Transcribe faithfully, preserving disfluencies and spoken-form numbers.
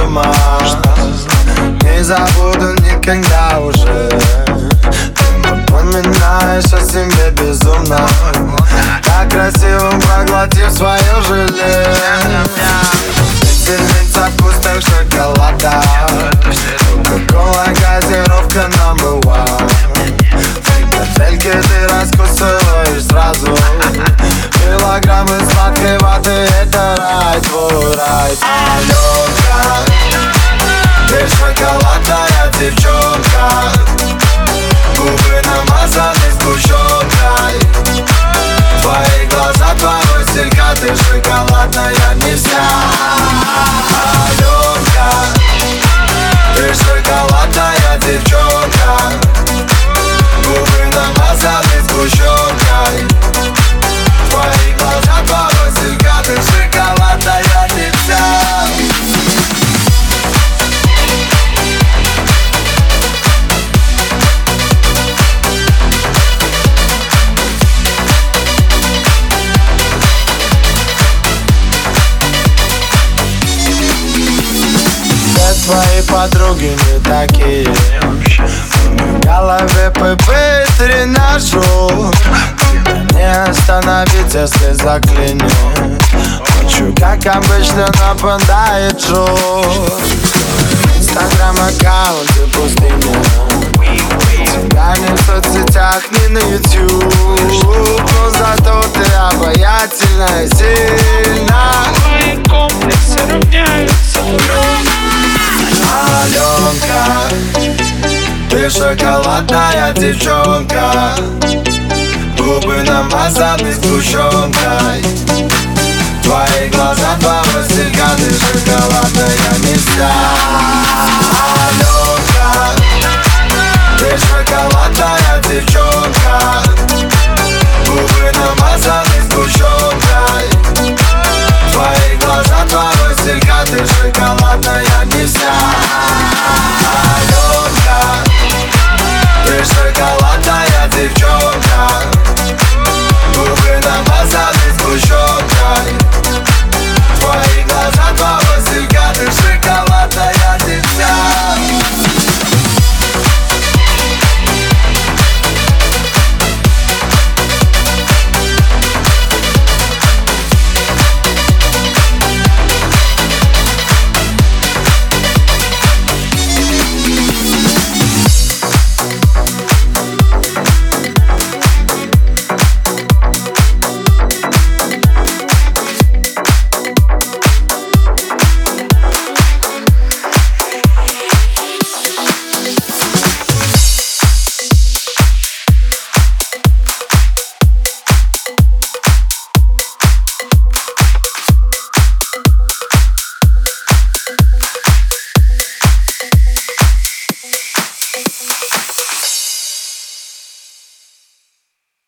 ума. Не забуду никогда уже. Ты напоминаешь о себе безумно, так красиво проглотив свое желе. Пепельница пустых шоколада, кока-кола, газировка номер one. Фрикадельки ты раскусываешь сразу. Килограммы сладкой ваты, это рай, твой рай. Аленка, ты шоколадная девчонка, губы намазаны сгущенкой. Твои глаза, твоя стелька, ты шоколадная не вся. Аленка, ты шоколадная девчонка, губы намазаны сгущенкой. Твои глаза, твоя стелька, ты шоколадная не вся. Твои подруги не такие. В голове ПП тренажер. Не остановить, если заклинит. Ночью, как обычно, нападает жор. Инстаграм аккаунты пустыня. Тебя не в соцсетях, не на ютуб. Но зато ты обаятельна и сильна. Твои комплексы равняются нулю. Аленка, ты шоколадная девчонка, губы намазаны сгущенкой. Твои глаза, твоя стелька, ты шоколад.